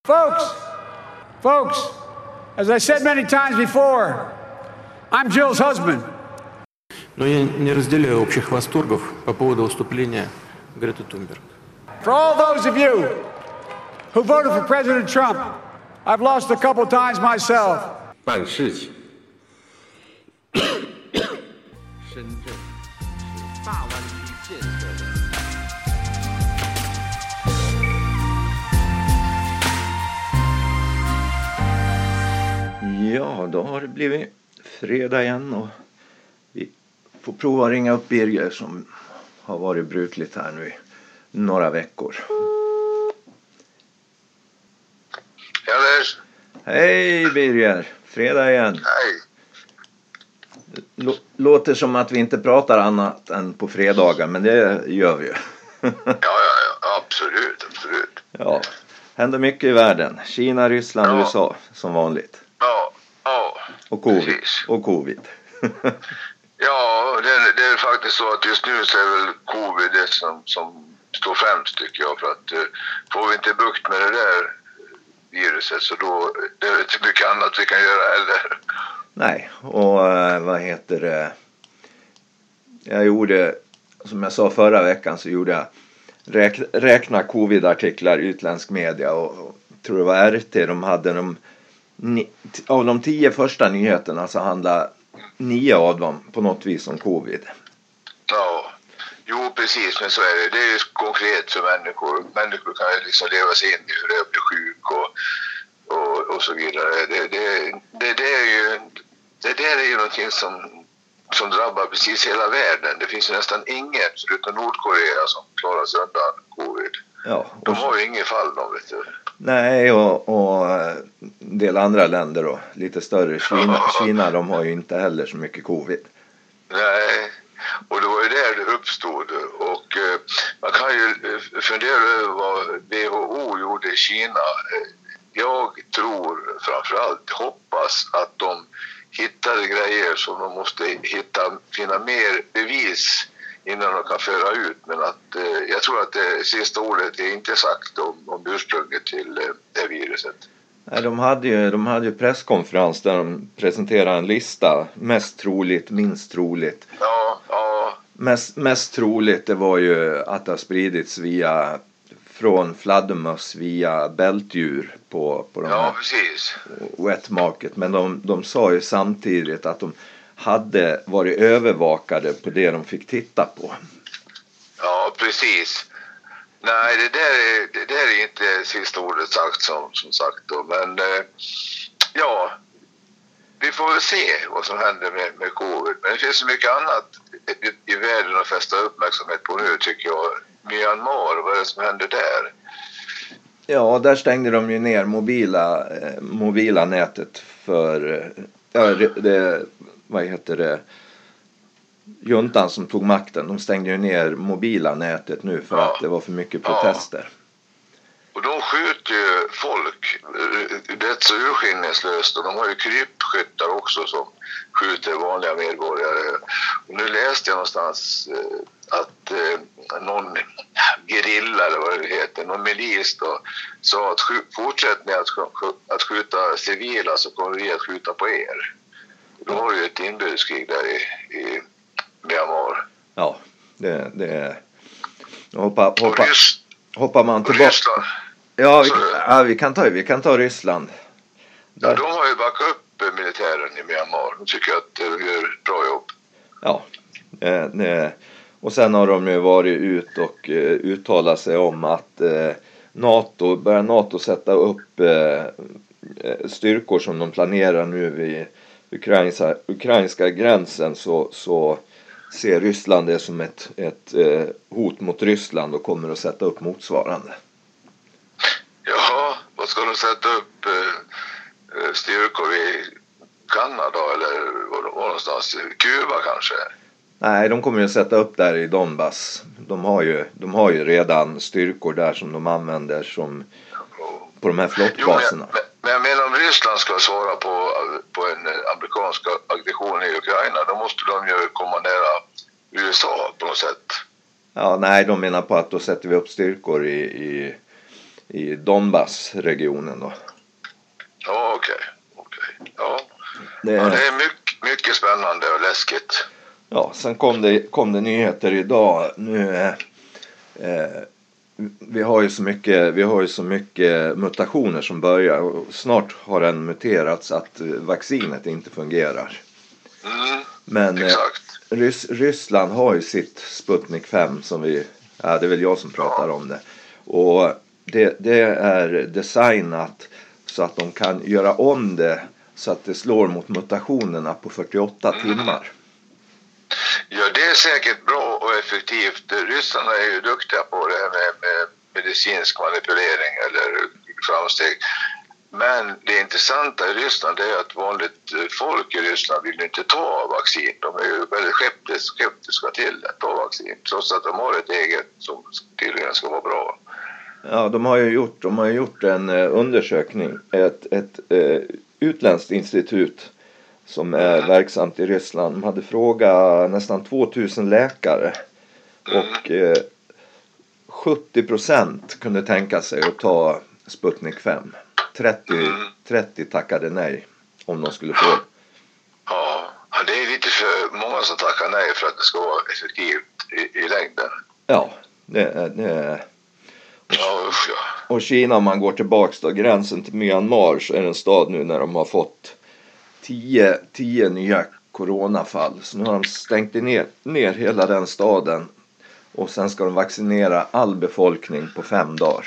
Folks, as I said many times before, I'm Jill's husband. Но я не разделяю общих восторгов по поводу выступления Греты Тунберг. For all those of you who voted for President Trump, I've lost a couple times myself. 办事情，深圳是大湾区建设的。Ja, då har det blivit fredag igen och vi får prova att ringa upp Birger som har varit brukligt här nu i några veckor. Hej Birger, fredag igen. Hej. Låter som att vi inte pratar annat än på fredagar, men det gör vi ju. Ja, absolut. Ja, händer mycket i världen. Kina, Ryssland, USA som vanligt. Ja. Och covid. Precis. Och covid. Ja, det är faktiskt så att just nu så är väl covid det som står främst tycker jag. För att får vi inte bukt med det där viruset så då det är inte mycket annat vi kan göra heller. Nej, och jag gjorde, som jag sa förra veckan så gjorde jag räkna covid-artiklar i utländsk media och tror det var RT, de hade av de 10 första nyheterna så handlar 9 av dem på något vis om covid. Ja, jo precis, men så är det. Det är ju konkret för människor. Människor kan ju liksom leva sig in i hur det är att bli sjuk och så vidare. Det är ju någonting som drabbar precis hela världen. Det finns ju nästan ingen förutom Nordkorea som klarar sig undan covid. Ja, de har ju inget fall de, vet du. Nej, och en del andra länder då, lite större. Kina, de har ju inte heller så mycket covid. Nej, och det var ju där det uppstod. Och man kan ju fundera över vad WHO gjorde i Kina. Jag tror framförallt, hoppas att de hittade grejer som de måste finna mer bevis innan de kan föra ut. Men att jag tror att det sista ordet är inte sagt om ursprunget till det viruset. Nej, de hade ju presskonferens där de presenterade en lista. Mest troligt, minst troligt. Ja. Mest troligt det var ju att det har spridits från fladdermöss via bältdjur på de här precis. Wet market. Men de sa ju samtidigt att de hade varit övervakade på det de fick titta på. Ja, precis. Nej, det där är inte sista ordet sagt som sagt då. Men ja, vi får väl se vad som händer med covid. Men det finns så mycket annat i världen att fästa uppmärksamhet på nu tycker jag. Myanmar, vad är det som händer där? Ja, där stängde de ju ner mobila nätet för juntan som tog makten. De stängde ju ner mobila nätet nu för att det var för mycket protester. Och de skjuter ju folk rätt så urskillningslöst och de har ju krypskyttar också som skjuter vanliga medborgare. Och nu läste jag någonstans att någon gerilla eller vad det heter, någon milis då, sa att fortsätt med att skjuta civila så kommer vi att skjuta på er. Då har ju ett inbördeskrig där i Myanmar. Ja, det är... Hoppar man tillbaka. Ryssland. Ja, vi kan ta Ryssland. Ja, de har ju backat upp militären i Myanmar. De tycker att de gör ett bra jobb. Ja, och sen har de ju varit ut och uttalat sig om att NATO sätta upp styrkor som de planerar nu vid ukrainska gränsen så ser Ryssland det som ett hot mot Ryssland och kommer att sätta upp motsvarande. Jaha, vad ska de sätta upp styrkor i Kanada eller var någonstans? Kuba kanske? Nej, de kommer ju att sätta upp där i Donbass. De har ju redan styrkor där som de använder som på de här flottbaserna. Men jag menar om Ryssland ska svara på en amerikansk aggression i Ukraina, då måste de ju komma nära USA på något sätt. Ja, nej, de menar på att då sätter vi upp styrkor i Donbass-regionen då. Ja, okej. Ja. Det är mycket spännande och läskigt. Ja, sen kom det nyheter idag. Nu vi har ju så mycket mutationer som börjar, och snart har den muterats att vaccinet inte fungerar. Men Ryssland har ju sitt Sputnik 5 som det är väl jag som pratar om det. Och det är designat så att de kan göra om det så att det slår mot mutationerna på 48 timmar. Ja, det är säkert bra och effektivt. Ryssarna är ju duktiga på det här med medicinsk manipulering eller framsteg. Men det intressanta i Ryssland är att vanligt folk i Ryssland vill inte ta vaccin. De är ju väldigt skeptiska till att ta vaccin, trots att de har ett eget som tydligen ska vara bra. Ja, de har ju gjort en undersökning, ett utländskt institut som är verksamt i Ryssland. De hade frågat nästan 2000 läkare och 70% kunde tänka sig att ta Sputnik 5. 30 tackade nej om de skulle få. Ja, det är lite för många som tackar nej för att det ska vara effektivt i längden. Ja, det är. Ja, usch ja. Och Kina, om man går tillbaks då, gränsen till Myanmar, så är det en stad nu när de har fått 10 nya coronafall. Så nu har de stängt ner hela den staden. Och sen ska de vaccinera all befolkning på 5 dagar.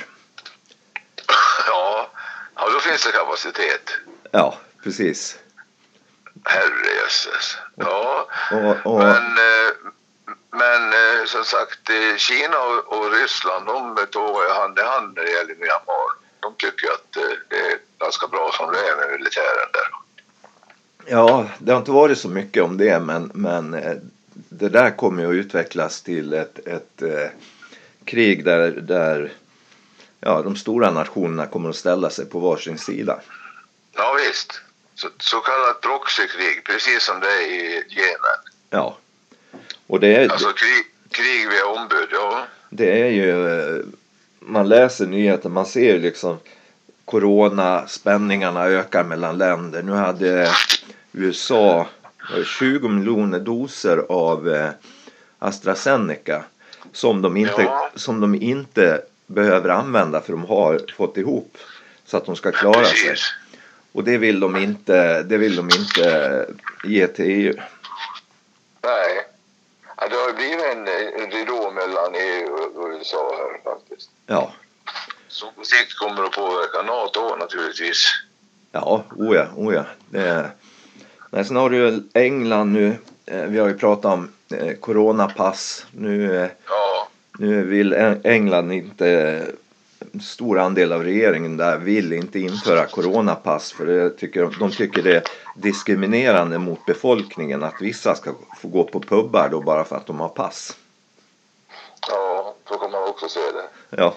Ja, då finns det kapacitet. Ja, precis. Herrejösses. Ja, och men som sagt, Kina och Ryssland, de tog hand i hand när det gäller Myanmar. De tycker att det är ganska bra som det är med militären där. Ja, det har inte varit så mycket om det, men det där kommer ju att utvecklas till ett krig där de stora nationerna kommer att ställa sig på varsin sida. Ja visst, så kallat proxykrig, precis som det är i Jemen. Ja, och det är alltså krig via ombud, ja. Det är ju, man läser nyheter, man ser liksom coronaspänningarna ökar mellan länder. Nu hade USA 20 miljoner doser av AstraZeneca som de inte behöver använda, för de har fått ihop så att de ska klara sig. Och det vill de inte ge till EU. Nej. Ja, det har blivit en ridå mellan EU och USA här faktiskt. Ja. Som på sikt kommer att påverka NATO naturligtvis. Ja, oja. Men sen har du ju England nu. Vi har ju pratat om coronapass. Nu vill England inte, en stor andel av regeringen där vill inte införa coronapass. För de tycker det är diskriminerande mot befolkningen att vissa ska få gå på pubbar då bara för att de har pass. Ja, så kan man också se det. Ja.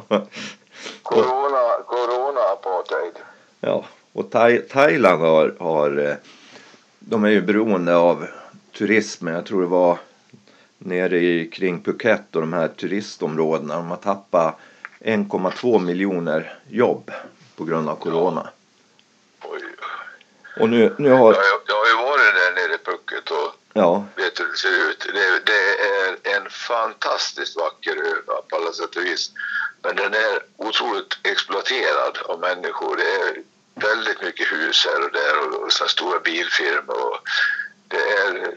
Corona-apartheid. Ja, och Thailand har de är ju beroende av turismen. Jag tror det var nere kring Phuket och de här turistområdena. De har tappat 1,2 miljoner jobb på grund av corona. Oj. Och nu har... Jag har ju varit där nere i Phuket och vet hur det ser ut. Det är en fantastiskt vacker ö på alla sätt och vis. Men den är otroligt exploaterad av människor. Det är väldigt mycket hus här och där och så stora bilfirmor. Och det är,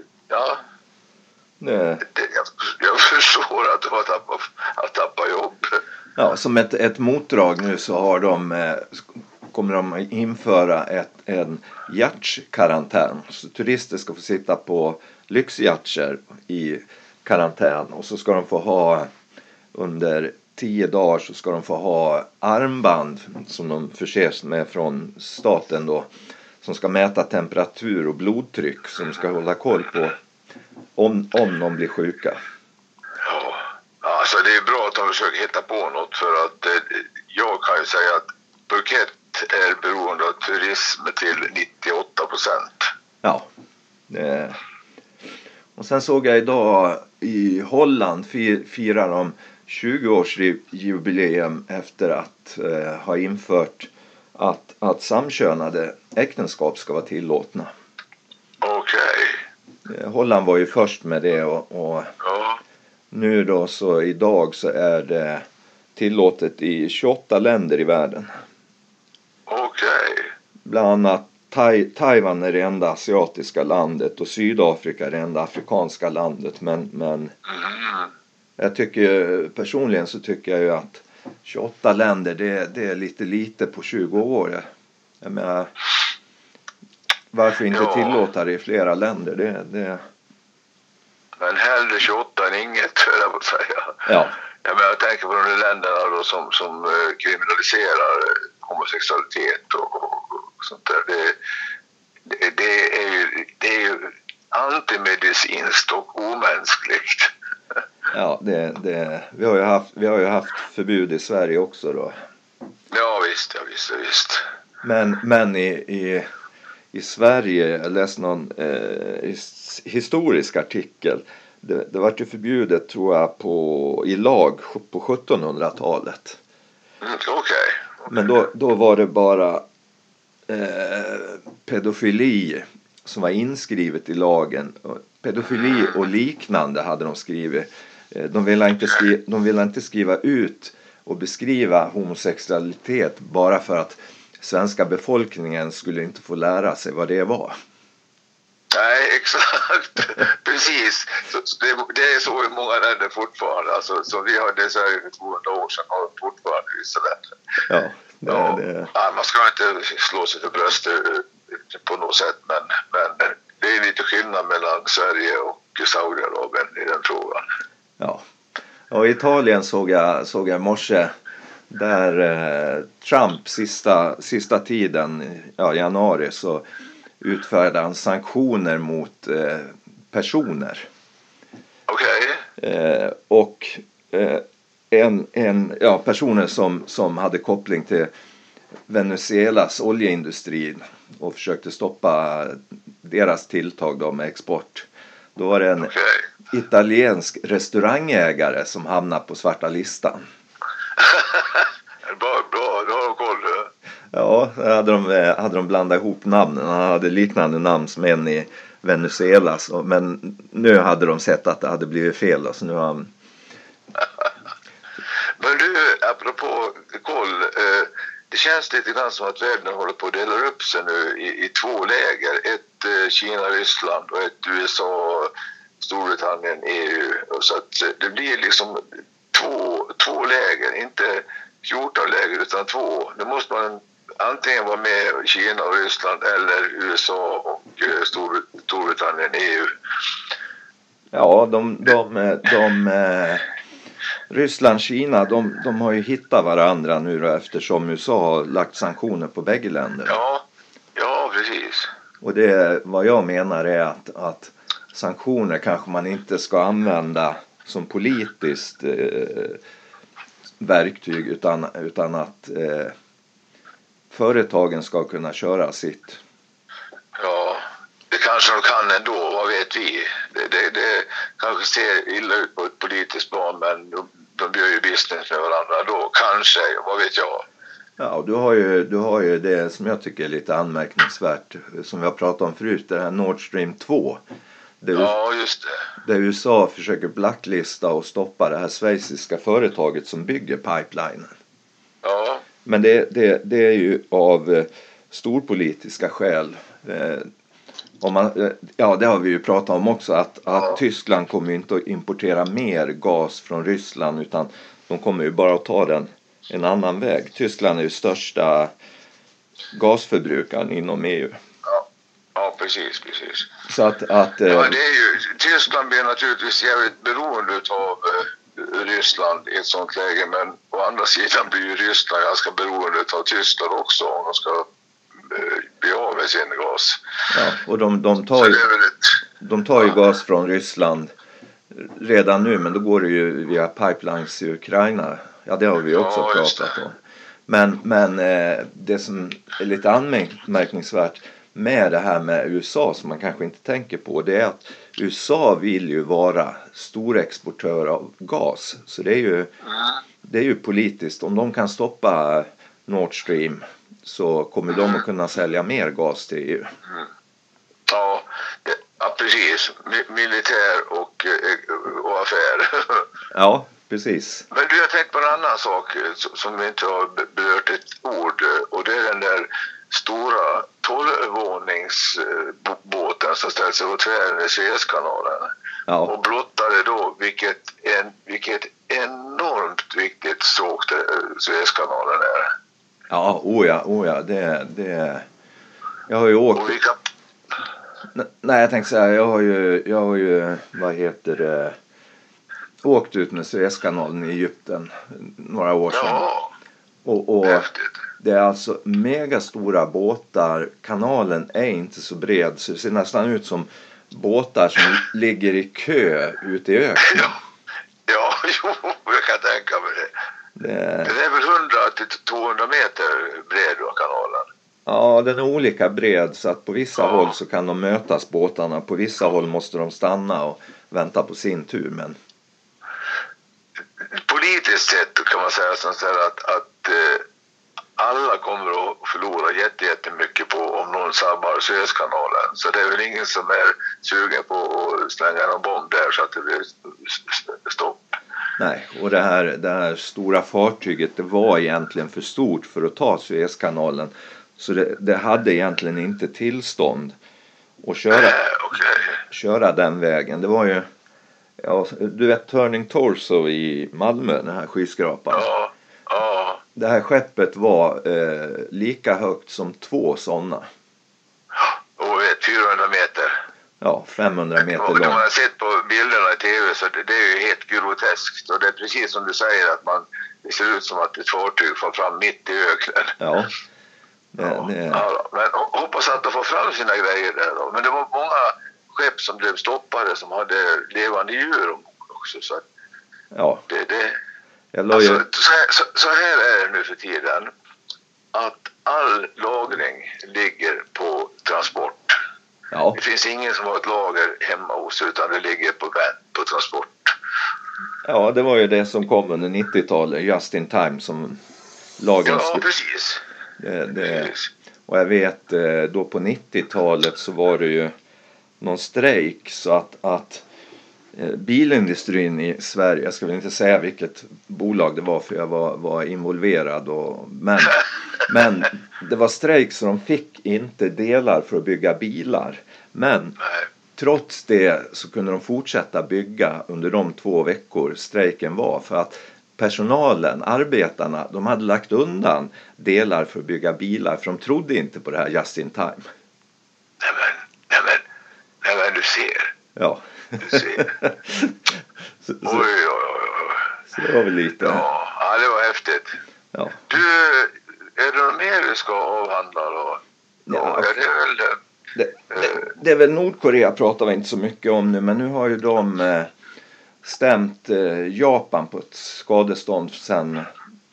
jag förstår att de har tappat jobb. Ja, som ett motdrag nu så kommer de införa en hjärtkarantän. Så turister ska få sitta på lyxyachter i karantän. Och så ska de få ha under 10 dagar så ska de få ha armband som de förses med från staten då. Som ska mäta temperatur och blodtryck. Som de ska hålla koll på om de blir sjuka. Ja, alltså det är bra att de försöker hitta på något, för att jag kan ju säga att Phuket är beroende av turism till 98%. Ja. Och sen såg jag idag i Holland firar de 20-årsjubileum efter att ha infört att samkönade äktenskap ska vara tillåtna. Okej. Holland var ju först med det och Ja. nu då så idag så är det tillåtet i 28 länder i världen. Okej. Bland annat Taiwan är det enda asiatiska landet och Sydafrika är det enda afrikanska landet. Men jag tycker personligen så tycker jag ju att 28 länder det är lite på 20 år. Jag menar, varför inte tillåta det i flera länder? Det... Men hellre 28 än inget, höll jag på att säga. Ja. Jag tänker på de länderna då som kriminaliserar homosexualitet och sånt där. Det är ju antimedicinskt och omänskligt. Ja, vi har ju haft förbud i Sverige också då. Ja visst. Men i Sverige, jag läste någon historisk artikel. Det var ju förbjudet tror jag i lag på 1700-talet. Okej. Men då var det bara pedofili som var inskrivet i lagen. Pedofili och liknande hade de skrivit. De ville inte skriva ut och beskriva homosexualitet bara för att svenska befolkningen skulle inte få lära sig vad det var. Nej, exakt. Precis. Det är så i många länder fortfarande. Alltså, som vi hade i Sverige för 200 år sedan har fortfarande vissa länder. Ja, man ska inte slå sig för bröstet på något sätt. Men det är lite skillnad mellan Sverige och Saudiarabien i den frågan. Ja. Och i Italien såg jag i morse där Trump sista tiden, januari, så utfärdade han sanktioner mot personer. Okej. Och personer som hade koppling till Venezuelas oljeindustri och försökte stoppa deras tilltag då med export. Då var det en italiensk restaurangägare som hamnade på svarta listan. Bra, då har de koll. Ja, hade de blandat ihop namnen. Han hade liknande namn som en i Venezuela. Men nu hade de sett att det hade blivit fel. Så nu har han... Men du, apropå koll. Det känns lite grann som att världen håller på att dela upp sig nu i två läger. Ett Kina-Ryssland och ett USA, Storbritannien, EU. Så att det blir liksom två läger, inte 14 läger utan 2. Nu måste man antingen vara med Kina och Ryssland eller USA och Storbritannien, EU. Ja, Ryssland, Kina, de har ju hittat varandra nu då, eftersom USA har lagt sanktioner på bägge länder. Ja, precis. Och det, vad jag menar är att sanktioner kanske man inte ska använda som politiskt verktyg utan att företagen ska kunna köra sitt. Ja, det kanske de kan ändå, vad vet vi. Det kanske ser illa ut på ett politiskt plan, men de gör ju business med varandra då, kanske, vad vet jag. Ja, du har ju det som jag tycker är lite anmärkningsvärt, som vi har pratat om förut, det här Nord Stream 2. Ja, just det. Där USA försöker blacklista och stoppa det här schweiziska företaget som bygger pipelinen. Ja. Men det är ju av storpolitiska skäl. Det har vi ju pratat om också, att Tyskland kommer ju inte att importera mer gas från Ryssland, utan de kommer ju bara att ta den en annan väg. Tyskland är ju största gasförbrukaren inom EU. Ja, precis. Så att det är ju, Tyskland blir naturligtvis jävligt beroende av Ryssland i ett sånt läge, men å andra sidan blir ju Ryssland ganska beroende av Tyskland också om de ska bli av med sin gas. Ja, och de tar ju gas från Ryssland redan nu, men då går det ju via pipelines i Ukraina. Ja, det har vi också pratat om. Men det som är lite anmärkningsvärt, med det här med USA som man kanske inte tänker på, det är att USA vill ju vara stor exportör av gas. Så det är ju politiskt. Om de kan stoppa Nord Stream så kommer de att kunna sälja mer gas till EU. Ja, precis. Militär och affär. Ja, precis. Men du, jag tänkte på en annan sak som vi inte har berört ett ord. Och det är den där stora 12-våningsbåten som ställer sig på tvären i Suezkanalen. Ja. Och blottade då vilket enormt viktigt stråk Suezkanalen är. Ja, oja. Det jag har ju åkt... Och vilka... Nej, jag tänkte säga, jag har ju åkt ut med Suezkanalen i Egypten några år sedan. Ja, och häftigt. Det är alltså mega stora båtar. Kanalen är inte så bred så det ser nästan ut som båtar som ligger i kö ute i öknen. Ja, jag kan tänka mig det. Den är väl 100-200 meter bred då, kanalen. Ja, den är olika bred så att på vissa håll så kan de mötas båtarna. På vissa håll måste de stanna och vänta på sin tur. Men... Politiskt sett kan man säga så att alla kommer att förlora jättemycket på om någon sabbar Suezkanalen. Så det är väl ingen som är sugen på att slänga någon bomb där så att det blir stopp. Nej, och det här stora fartyget det var egentligen för stort för att ta Suezkanalen. Så det hade egentligen inte tillstånd att köra den vägen. Det var ju, du vet Turning Torso i Malmö, den här skyskrapan. Ja. Det här skeppet var lika högt som 2 sådana. Och 400 meter. Ja, 500 meter långt. Och man har sett på bilderna i tv så det är ju helt groteskt. Och det är precis som du säger att det ser ut som att ett fartyg får fram mitt i öknen. Ja. Men hoppas att de får fram sina grejer där då. Men det var många skepp som blev stoppade som hade levande djur också. Så ja. Så här är det nu för tiden. Att all lagring ligger på transport. Ja. Det finns ingen som har ett lager hemma hos utan det ligger på transport. Ja, det var ju det som kom under 90-talet, just in time som lagen. Ja, precis. Och jag vet då på 90-talet så var det ju någon strejk så att bilindustrin i Sverige, jag ska väl inte säga vilket bolag det var för jag var involverad men det var strejk så de fick inte delar för att bygga bilar. Men trots det så kunde de fortsätta bygga under de 2 veckor strejken var för att personalen, arbetarna, de hade lagt undan delar för att bygga bilar för de trodde inte på det här just in time. Nej men du ser. Ja. Du ser. Oj. Så det var väl lite. Ja, det var häftigt. Ja. Du, är det något mer du ska avhandla då? Ja. Är det väl det är väl Nordkorea pratar vi inte så mycket om nu men nu har ju de stämt Japan på ett skadestånd sen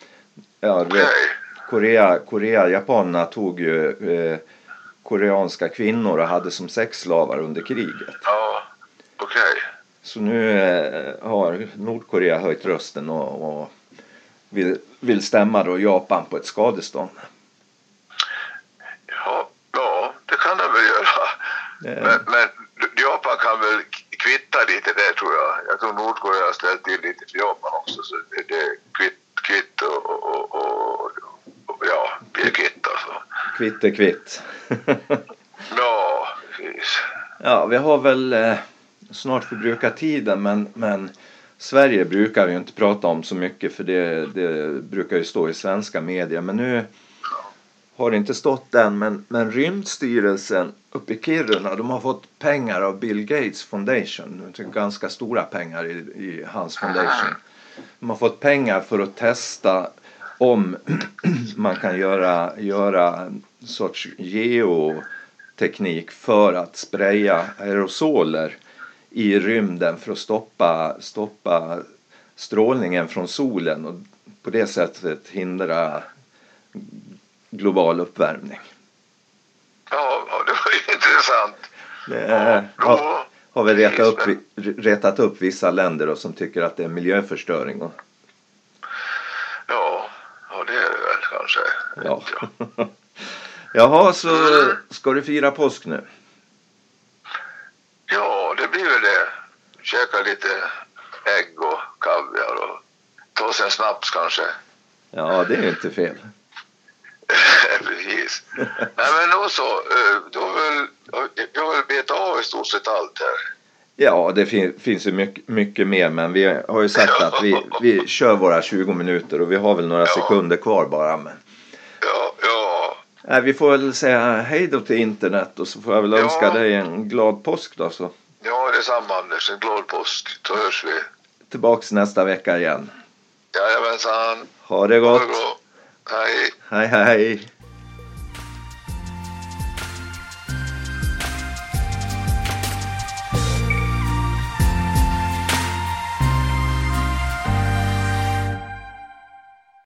japanerna tog ju koreanska kvinnor och hade som sexslavar under kriget. Ja, okej. Så nu har Nordkorea höjt rösten och vill stämma då Japan på ett skadestånd. Ja, det kan de väl göra. Men Japan kan väl kvitta lite där tror jag. Jag tror Nordkorea har ställt till lite för Japan också. Så det är kvitt och ja, blir kvitt alltså. Kvitt är kvitt. Ja, precis. Ja, vi har väl snart förbrukat tiden men Sverige brukar vi ju inte prata om så mycket för det brukar ju stå i svenska medier. Men nu har det inte stått än men Rymdstyrelsen uppe i Kiruna de har fått pengar av Bill Gates Foundation. Ganska stora pengar i hans foundation. De har fått pengar för att testa om man kan göra en sorts geoteknik för att spraya aerosoler i rymden för att stoppa strålningen från solen och på det sättet hindra global uppvärmning. Ja, det är sant. Har vi retat upp vissa länder då, som tycker att det är miljöförstöring. Och... Ja, det är det väl kanske. Ja. Jaha, så ska du fira påsk nu? Ja, det blir väl det. Käka lite ägg och kaviar och ta sig en snaps kanske. Ja, det är ju inte fel. Precis. Nej, men då så. Jag vill beta av i stort sett allt här. Ja, det finns ju mycket mer, men vi har ju sagt att vi kör våra 20 minuter och vi har väl några sekunder kvar bara. Men... Nej, vi får väl säga hej då till internet och så får jag väl önska dig en glad påsk då. Så. Ja, det är samma Anders. En glad påsk. Så hörs vi. Tillbaks nästa vecka igen. Jajamensan. Ha det gott. Ha det bra. Hej. Hej.